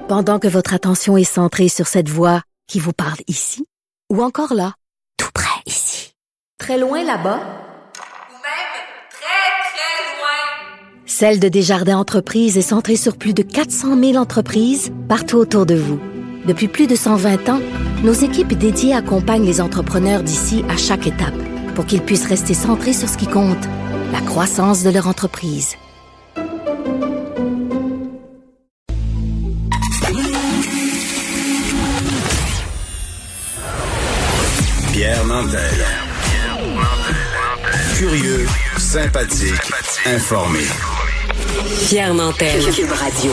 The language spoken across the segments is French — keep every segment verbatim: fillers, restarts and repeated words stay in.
Pendant que votre attention est centrée sur cette voix qui vous parle ici, ou encore là, tout près ici, très loin là-bas, ou même très, très loin, Celle de Desjardins Entreprises est centrée sur plus de quatre cent mille entreprises partout autour de vous. Depuis plus de cent vingt ans, nos équipes dédiées accompagnent les entrepreneurs d'ici à chaque étape pour qu'ils puissent rester centrés sur ce qui compte, la croissance de leur entreprise. Pierre Nantel. Curieux, sympathique, informé. Pierre Nantel. Cube Radio.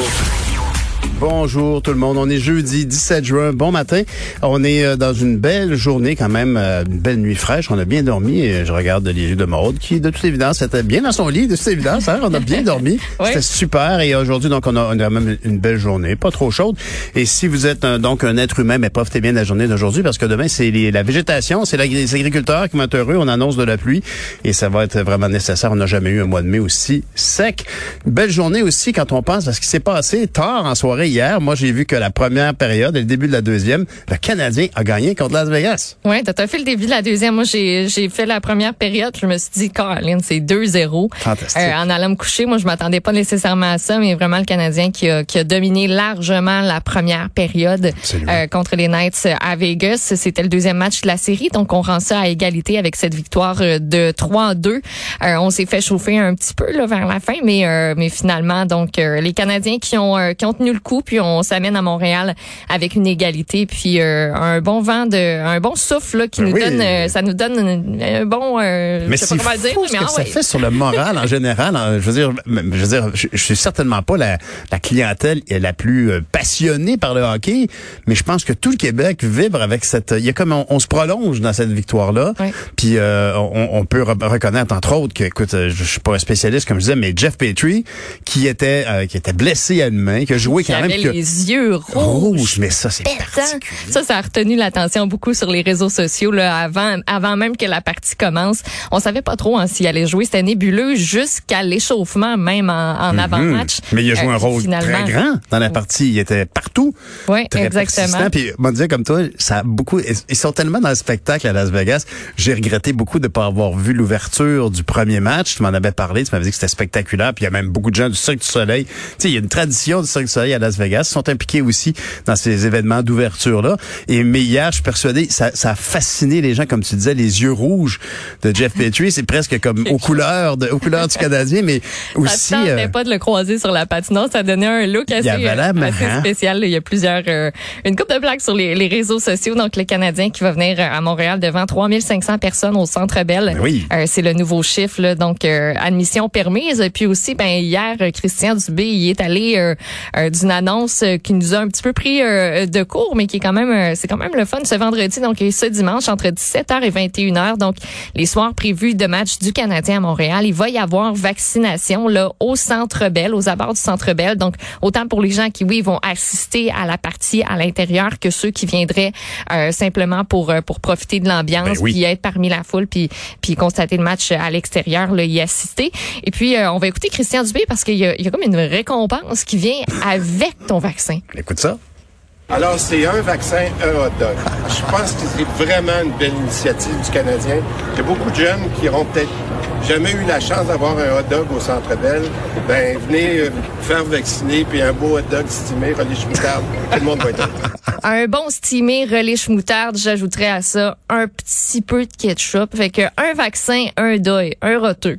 Bonjour tout le monde, on est jeudi dix-sept juin, bon matin. On est dans une belle journée quand même, une belle nuit fraîche, on a bien dormi et je regarde les yeux de Maude qui de toute évidence était bien dans son lit, de toute évidence, hein? On a bien dormi, oui. C'était super et aujourd'hui donc on a, on a même une belle journée, pas trop chaude. Et si vous êtes un, donc un être humain, mais profitez bien de la journée d'aujourd'hui parce que demain c'est les, la végétation, c'est la, les agriculteurs qui vont être heureux, on annonce de la pluie et ça va être vraiment nécessaire, on n'a jamais eu un mois de mai aussi sec. Une belle journée aussi quand on pense à ce qui s'est passé tard en soirée hier. Moi, j'ai vu que la première période et le début de la deuxième, le Canadien a gagné contre Las Vegas. Oui, t'as fait le début de la deuxième. Moi, j'ai j'ai fait la première période. Je me suis dit, Caroline, c'est deux zéro. Fantastique. Euh, en allant me coucher, moi, je m'attendais pas nécessairement à ça, mais vraiment le Canadien qui a, qui a dominé largement la première période euh, contre les Knights à Vegas. C'était le deuxième match de la série, donc on rend ça à égalité avec cette victoire de trois à deux. Euh, on s'est fait chauffer un petit peu là, vers la fin, mais euh, mais finalement, donc euh, les Canadiens qui ont euh, qui ont tenu le coup, puis on s'amène à Montréal avec une égalité, puis euh, un bon vent de, un bon souffle là, qui ben nous oui. donne, euh, ça nous donne un, un bon, euh, mais je sais pas comment le dire, mais ce que ah, ça ouais. fait sur le moral en général. Je veux dire, je veux dire, je, je suis certainement pas la, la clientèle la plus passionnée par le hockey, mais je pense que tout le Québec vibre avec cette. Il y a comme on, on se prolonge dans cette victoire là, oui. puis euh, on, on peut re- reconnaître entre autres que, écoute, je suis pas un spécialiste comme je disais, mais Jeff Petrie qui était euh, qui était blessé à une main, qui a joué qui quand même. Que, les yeux rouges. Rouge, mais ça, c'est particulier. Ça, ça a retenu l'attention beaucoup sur les réseaux sociaux, là, avant, avant même que la partie commence. On savait pas trop hein, s'il allait jouer. C'était nébuleux jusqu'à l'échauffement, même en, en mm-hmm. avant-match. Mais il a joué euh, un rôle finalement. très grand dans la partie. Il était partout. Oui, très exactement. Persistant. Puis, moi, dire comme toi, ça a beaucoup, ils sont tellement dans le spectacle à Las Vegas. J'ai regretté beaucoup de pas avoir vu l'ouverture du premier match. Tu m'en avais parlé. Tu m'avais dit que c'était spectaculaire. Puis, il y a même beaucoup de gens du Cirque du Soleil. Tu sais, il y a une tradition du Cirque du Soleil à Las Vegas. Ils sont impliqués aussi dans ces événements d'ouverture-là. Et mais hier, je suis persuadé, ça, ça a fasciné les gens, comme tu disais, les yeux rouges de Jeff Petrie. C'est presque comme aux couleurs, de, aux couleurs du Canadien, mais aussi... Ça ne tentait euh, pas de le croiser sur la patinoire. Ça donnait un look assez, assez spécial. Il y a plusieurs... Euh, une couple de plaques sur les, les réseaux sociaux. Donc, le Canadien qui va venir à Montréal devant trois mille cinq cents personnes au Centre Bell. Oui. Euh, c'est le nouveau chiffre. Là, donc, euh, admission permise. Puis aussi, ben hier, Christian Dubé, il est allé euh, euh, d'une annonce qui nous a un petit peu pris euh, de court, mais qui est quand même, euh, c'est quand même le fun ce vendredi, donc et ce dimanche entre dix-sept heures et vingt et une heures. Donc, les soirs prévus de match du Canadien à Montréal, il va y avoir vaccination là au Centre Bell, aux abords du Centre Bell. Donc, autant pour les gens qui, oui, vont assister à la partie à l'intérieur que ceux qui viendraient euh, simplement pour euh, pour profiter de l'ambiance, ben oui. puis être parmi la foule, puis puis constater le match à l'extérieur, là, y assister. Et puis, euh, on va écouter Christian Dubé parce qu'il y a, il y a comme une récompense qui vient avec ton vaccin. Écoute ça. Alors, c'est un vaccin, un hot dog. Je pense que c'est vraiment une belle initiative du Canadien. Il y a beaucoup de jeunes qui n'auront peut-être jamais eu la chance d'avoir un hot dog au Centre Bell. Ben, venez euh, faire vacciner, puis un beau hot dog stimé, relish moutarde. Tout le monde va être là. Un bon stimé, relish moutarde, j'ajouterais à ça un petit peu de ketchup. Fait que un vaccin, un deuil, un roteux.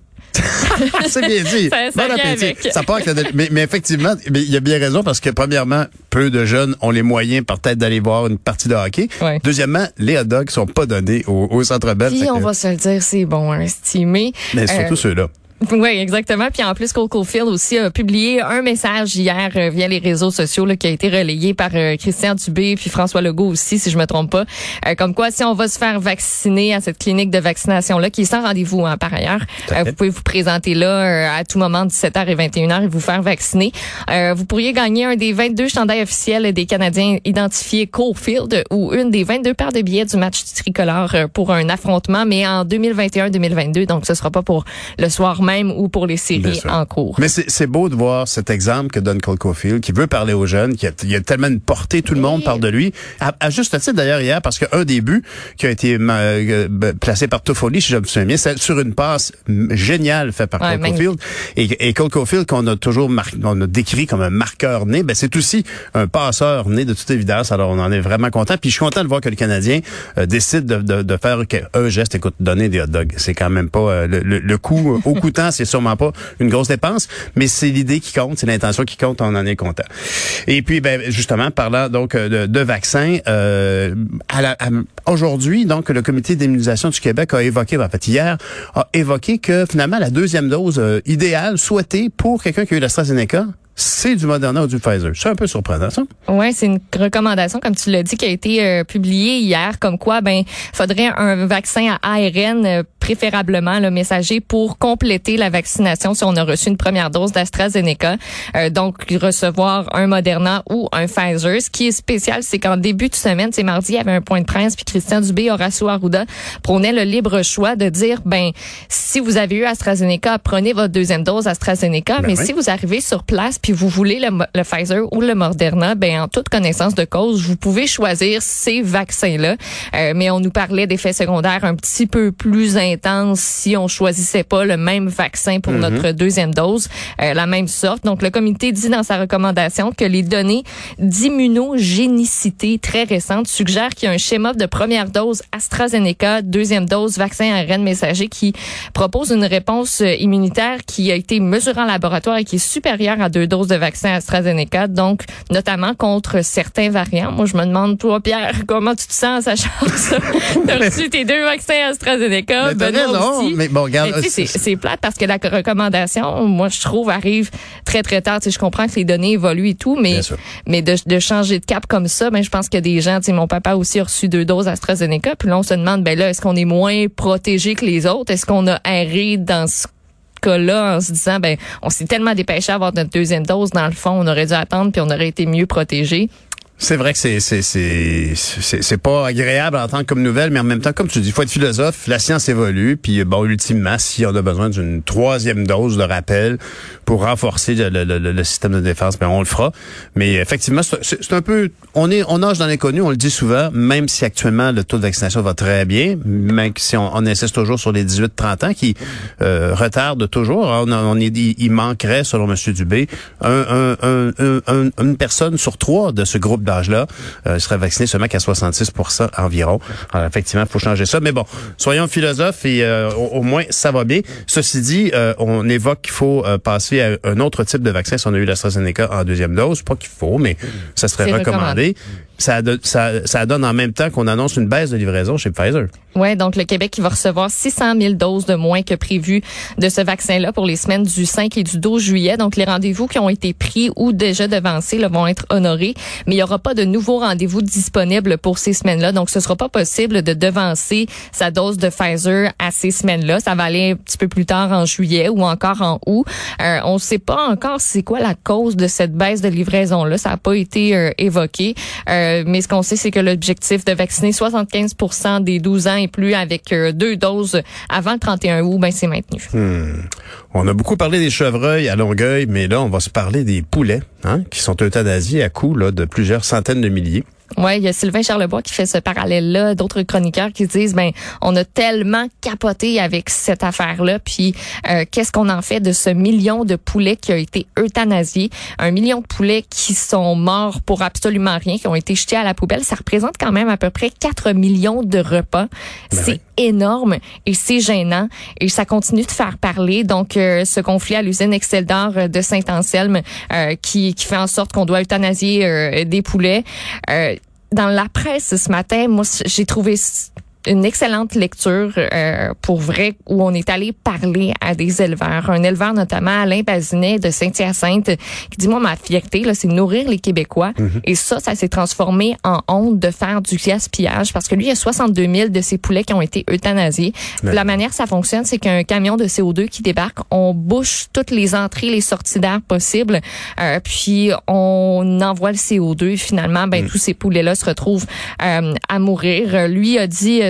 C'est bien dit. Ça, ça bon appétit. avec. Ça part avec la... mais, mais effectivement, il y a bien raison parce que premièrement, peu de jeunes ont les moyens peut-être d'aller voir une partie de hockey. Ouais. Deuxièmement, les hot dogs sont pas donnés au, au Centre Bell. Puis on que... va se le dire, c'est bon, un stimé. Mais surtout euh... ceux-là. Oui, exactement. Puis en plus, Cole Caulfield aussi a publié un message hier euh, via les réseaux sociaux là, qui a été relayé par euh, Christian Dubé puis François Legault aussi, si je me trompe pas. Euh, comme quoi, si on va se faire vacciner à cette clinique de vaccination-là, qui est sans rendez-vous hein, par ailleurs, euh, vous pouvez vous présenter là euh, à tout moment, dix-sept heures et vingt et une heures, et vous faire vacciner. Euh, vous pourriez gagner un des vingt-deux chandails officiels des Canadiens identifiés Caulfield ou une des vingt-deux paires de billets du match du tricolore euh, pour un affrontement, mais en deux mille vingt et un deux mille vingt-deux, donc ce sera pas pour le soir même même ou pour les séries en cours. Mais c'est, c'est beau de voir cet exemple que donne Cole Caulfield, qui veut parler aux jeunes, qui a, il a tellement une portée, tout le monde parle de lui. À, à juste titre d'ailleurs hier, parce qu'un des buts qui a été euh, placé par Toffoli, si je me souviens bien, c'est sur une passe géniale faite par ouais, Cole Caulfield. Et, et Cole Caulfield, qu'on a toujours mar- on a décrit comme un marqueur né, ben c'est aussi un passeur né de toute évidence. Alors on en est vraiment content. Puis je suis content de voir que le Canadien euh, décide de, de, de faire un geste. Écoute, donner des hot dogs, c'est quand même pas euh, le, le, le coût au coûtant, c'est sûrement pas une grosse dépense, mais c'est l'idée qui compte, c'est l'intention qui compte. On en est content. Et puis ben justement parlant donc de, de vaccins, euh, à la, à, aujourd'hui donc le Comité d'immunisation du Québec a évoqué, en fait hier, a évoqué que finalement la deuxième dose euh, idéale souhaitée pour quelqu'un qui a eu l'AstraZeneca, c'est du Moderna ou du Pfizer. C'est un peu surprenant, ça? Oui, c'est une recommandation, comme tu l'as dit, qui a été euh, publiée hier, comme quoi, ben, faudrait un vaccin à A R N, euh, préférablement, le messager, pour compléter la vaccination si on a reçu une première dose d'AstraZeneca. Euh, donc, recevoir un Moderna ou un Pfizer. Ce qui est spécial, c'est qu'en début de semaine, c'est mardi, il y avait un point de presse, puis Christian Dubé, Horacio Arruda prônaient le libre choix de dire, ben, si vous avez eu AstraZeneca, prenez votre deuxième dose AstraZeneca, ben mais oui. Si vous arrivez sur place, puis vous voulez le, le Pfizer ou le Moderna, ben en toute connaissance de cause, vous pouvez choisir ces vaccins-là. Euh, mais on nous parlait d'effets secondaires un petit peu plus intenses si on choisissait pas le même vaccin pour mm-hmm. notre deuxième dose, euh, la même sorte. Donc le comité dit dans sa recommandation que les données d'immunogénicité très récentes suggèrent qu'il y a un schéma de première dose AstraZeneca, deuxième dose vaccin A R N messager qui propose une réponse immunitaire qui a été mesurée en laboratoire et qui est supérieure à deux doses de vaccin AstraZeneca, donc notamment contre certains variants. Moi, je me demande, toi, Pierre, comment tu te sens, sachant ça? T'as reçu tes deux vaccins AstraZeneca, Benoît aussi. Mais bon, regarde, mais c'est, c'est plate parce que la recommandation, moi, je trouve, arrive très, très tard. Tu sais, je comprends que les données évoluent et tout, mais, mais de, de changer de cap comme ça, ben, je pense qu'il y a des gens, tu sais, mon papa aussi a reçu deux doses AstraZeneca, puis là, on se demande, ben là, est-ce qu'on est moins protégé que les autres? Est-ce qu'on a erré dans ce cas-là en se disant, ben, on s'est tellement dépêché à avoir notre deuxième dose, dans le fond, on aurait dû attendre puis on aurait été mieux protégé. C'est vrai que c'est c'est c'est c'est c'est pas agréable à entendre comme nouvelle, mais en même temps, comme tu dis, il faut être philosophe. La science évolue, puis bon, ultimement, si on a besoin d'une troisième dose de rappel pour renforcer le, le, le, le système de défense, ben on le fera. Mais effectivement, c'est, c'est, c'est un peu, on est on nage dans l'inconnu, on le dit souvent, même si actuellement le taux de vaccination va très bien, même si on, on insiste toujours sur les dix-huit trente ans qui euh, retardent toujours. On, on est, il manquerait, selon M. Dubé, un, un, un, un, une personne sur trois de ce groupe d'âge-là euh, serait vacciné seulement qu'à soixante-six pour cent environ. Alors, effectivement, il faut changer ça. Mais bon, soyons philosophes et euh, au, au moins, ça va bien. Ceci dit, euh, on évoque qu'il faut euh, passer à un autre type de vaccin si on a eu l'AstraZeneca en deuxième dose. Pas qu'il faut, mais ça serait C'est recommandé. recommandé. Ça, ça, ça donne en même temps qu'on annonce une baisse de livraison chez Pfizer. Oui, donc le Québec qui va recevoir six cent mille doses de moins que prévu de ce vaccin-là pour les semaines du cinq et du douze juillet. Donc les rendez-vous qui ont été pris ou déjà devancés là, vont être honorés, mais il n'y aura pas de nouveaux rendez-vous disponibles pour ces semaines-là. Donc ce sera pas possible de devancer sa dose de Pfizer à ces semaines-là. Ça va aller un petit peu plus tard en juillet ou encore en août. Euh, on ne sait pas encore c'est quoi la cause de cette baisse de livraison-là. Ça n'a pas été euh, évoqué. Euh, mais ce qu'on sait, c'est que l'objectif de vacciner soixante-quinze pour cent des douze ans et plus avec euh, deux doses avant le trente et un août, ben c'est maintenu. Hmm. On a beaucoup parlé des chevreuils à Longueuil, mais là, on va se parler des poulets, hein, qui sont euthanasiés à coût là, de plusieurs centaines de milliers. Ouais, il y a Sylvain Charlebois qui fait ce parallèle-là, d'autres chroniqueurs qui disent, ben, on a tellement capoté avec cette affaire-là, puis euh, qu'est-ce qu'on en fait de ce million de poulets qui a été euthanasié, un million de poulets qui sont morts pour absolument rien, qui ont été jetés à la poubelle, ça représente quand même à peu près quatre millions de repas. Ben c'est oui. énorme et c'est gênant et ça continue de faire parler. Donc, euh, ce conflit à l'usine Exceldor de Saint-Anselme euh, qui, qui fait en sorte qu'on doit euthanasier euh, des poulets. Euh, Dans la presse ce matin, moi, j'ai trouvé une excellente lecture euh, pour vrai où on est allé parler à des éleveurs, un éleveur notamment Alain Bazinet de Saint-Hyacinthe qui dit moi ma fierté là c'est de nourrir les Québécois mm-hmm. et ça ça s'est transformé en honte de faire du gaspillage parce que lui il y a soixante-deux mille de ces poulets qui ont été euthanasiés. Ouais. La manière ça fonctionne c'est qu'un camion de C O deux qui débarque, on bouche toutes les entrées les sorties d'air possibles euh, puis on envoie le C O deux et finalement ben mm. tous ces poulets là se retrouvent euh, à mourir. Lui a dit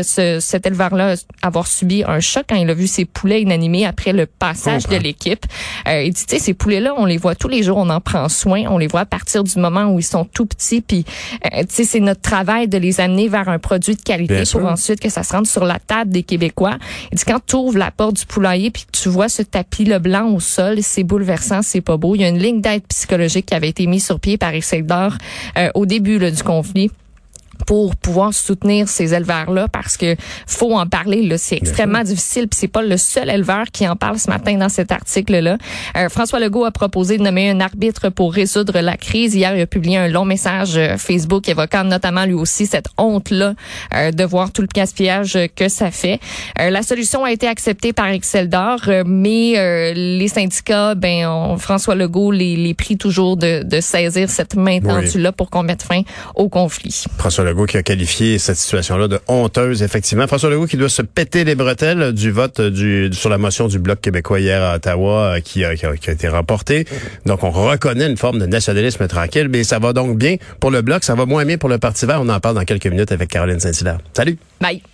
ce, cet éleveur-là avoir subi un choc quand il a vu ses poulets inanimés après le passage de l'équipe. Euh, il dit, tu sais, ces poulets-là, on les voit tous les jours, on en prend soin, on les voit à partir du moment où ils sont tout petits, puis euh, tu sais, c'est notre travail de les amener vers un produit de qualité Bien pour sûr. ensuite que ça se rende sur la table des Québécois. Il dit, quand tu ouvres la porte du poulailler puis tu vois ce tapis le blanc au sol, c'est bouleversant, c'est pas beau. Il y a une ligne d'aide psychologique qui avait été mise sur pied par Exceldor euh, au début là, du conflit, pour pouvoir soutenir ces éleveurs-là, parce que faut en parler, là, c'est extrêmement difficile, puis c'est pas le seul éleveur qui en parle ce matin dans cet article-là. Euh, François Legault a proposé de nommer un arbitre pour résoudre la crise. Hier, il a publié un long message euh, Facebook évoquant notamment lui aussi cette honte-là euh, de voir tout le gaspillage que ça fait. Euh, la solution a été acceptée par Exceldor, euh, mais euh, les syndicats, ben on, François Legault les, les prie toujours de, de saisir cette main tendue-là oui. pour qu'on mette fin au conflit. François Legault qui a qualifié cette situation-là de honteuse, effectivement. François Legault qui doit se péter les bretelles du vote du, sur la motion du Bloc québécois hier à Ottawa qui a, qui a, qui a été remportée. Donc, on reconnaît une forme de nationalisme tranquille, mais ça va donc bien pour le Bloc, ça va moins bien pour le Parti vert. On en parle dans quelques minutes avec Caroline Saint-Hilaire. Salut! Bye!